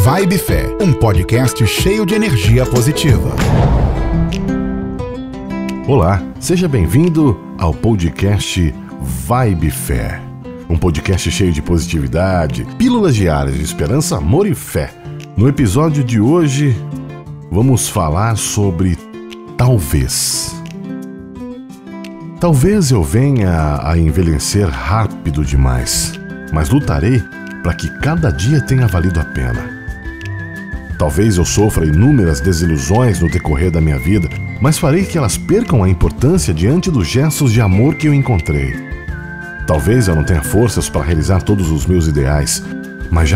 Vibe Fé, um podcast cheio de energia positiva. Olá, seja bem-vindo ao podcast Vibe Fé. Um podcast cheio de positividade, pílulas diárias de esperança, amor e fé. No episódio de hoje, vamos falar sobre talvez. Talvez eu venha a envelhecer rápido demais, mas lutarei para que cada dia tenha valido a pena. Talvez eu sofra inúmeras desilusões no decorrer da minha vida, mas farei que elas percam a importância diante dos gestos de amor que eu encontrei. Talvez eu não tenha forças para realizar todos os meus ideais, mas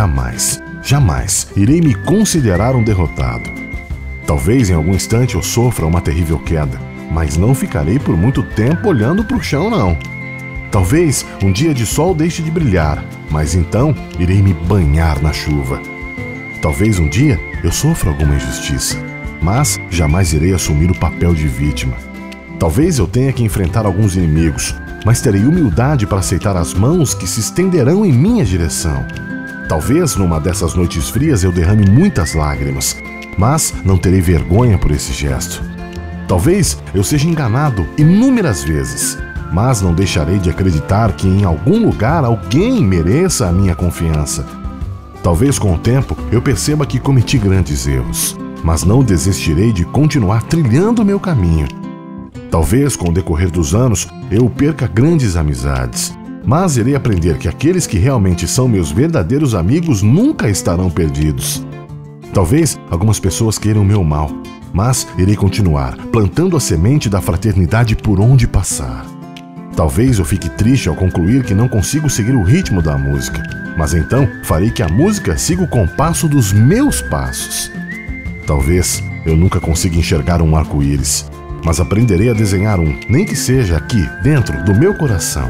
jamais irei me considerar um derrotado. Talvez em algum instante eu sofra uma terrível queda, mas não ficarei por muito tempo olhando para o chão, não. Talvez um dia de sol deixe de brilhar, mas então irei me banhar na chuva. Talvez um dia eu sofra alguma injustiça, mas jamais irei assumir o papel de vítima. Talvez eu tenha que enfrentar alguns inimigos, mas terei humildade para aceitar as mãos que se estenderão em minha direção. Talvez numa dessas noites frias eu derrame muitas lágrimas, mas não terei vergonha por esse gesto. Talvez eu seja enganado inúmeras vezes, mas não deixarei de acreditar que em algum lugar alguém mereça a minha confiança. Talvez com o tempo eu perceba que cometi grandes erros, mas não desistirei de continuar trilhando o meu caminho. Talvez com o decorrer dos anos eu perca grandes amizades, mas irei aprender que aqueles que realmente são meus verdadeiros amigos nunca estarão perdidos. Talvez algumas pessoas queiram o meu mal, mas irei continuar plantando a semente da fraternidade por onde passar. Talvez eu fique triste ao concluir que não consigo seguir o ritmo da música, mas então farei que a música siga o compasso dos meus passos. Talvez eu nunca consiga enxergar um arco-íris, mas aprenderei a desenhar um, nem que seja aqui, dentro do meu coração.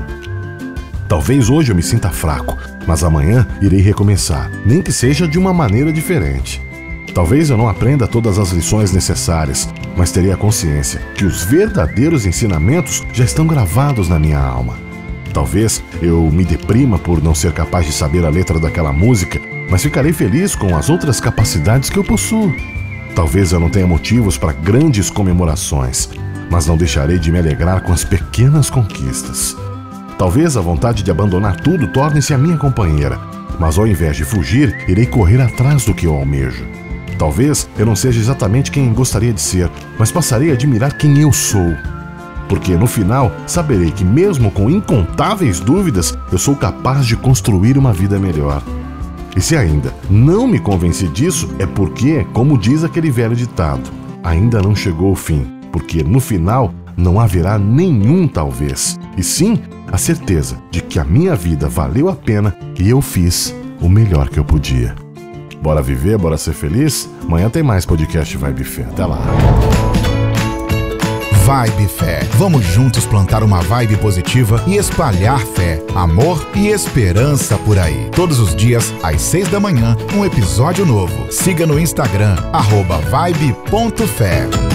Talvez hoje eu me sinta fraco, mas amanhã irei recomeçar, nem que seja de uma maneira diferente. Talvez eu não aprenda todas as lições necessárias, mas terei a consciência que os verdadeiros ensinamentos já estão gravados na minha alma. Talvez eu me deprima por não ser capaz de saber a letra daquela música, mas ficarei feliz com as outras capacidades que eu possuo. Talvez eu não tenha motivos para grandes comemorações, mas não deixarei de me alegrar com as pequenas conquistas. Talvez a vontade de abandonar tudo torne-se a minha companheira, mas ao invés de fugir, irei correr atrás do que eu almejo. Talvez eu não seja exatamente quem gostaria de ser, mas passarei a admirar quem eu sou. Porque no final, saberei que mesmo com incontáveis dúvidas, eu sou capaz de construir uma vida melhor. E se ainda não me convenci disso, é porque, como diz aquele velho ditado, ainda não chegou o fim, porque no final não haverá nenhum talvez, e sim a certeza de que a minha vida valeu a pena e eu fiz o melhor que eu podia. Bora viver, bora ser feliz? Amanhã tem mais podcast Vibe Fé. Até lá. Vibe Fé. Vamos juntos plantar uma vibe positiva e espalhar fé, amor e esperança por aí. Todos os dias, às 6 da manhã, um episódio novo. Siga no Instagram, @vibe.fé.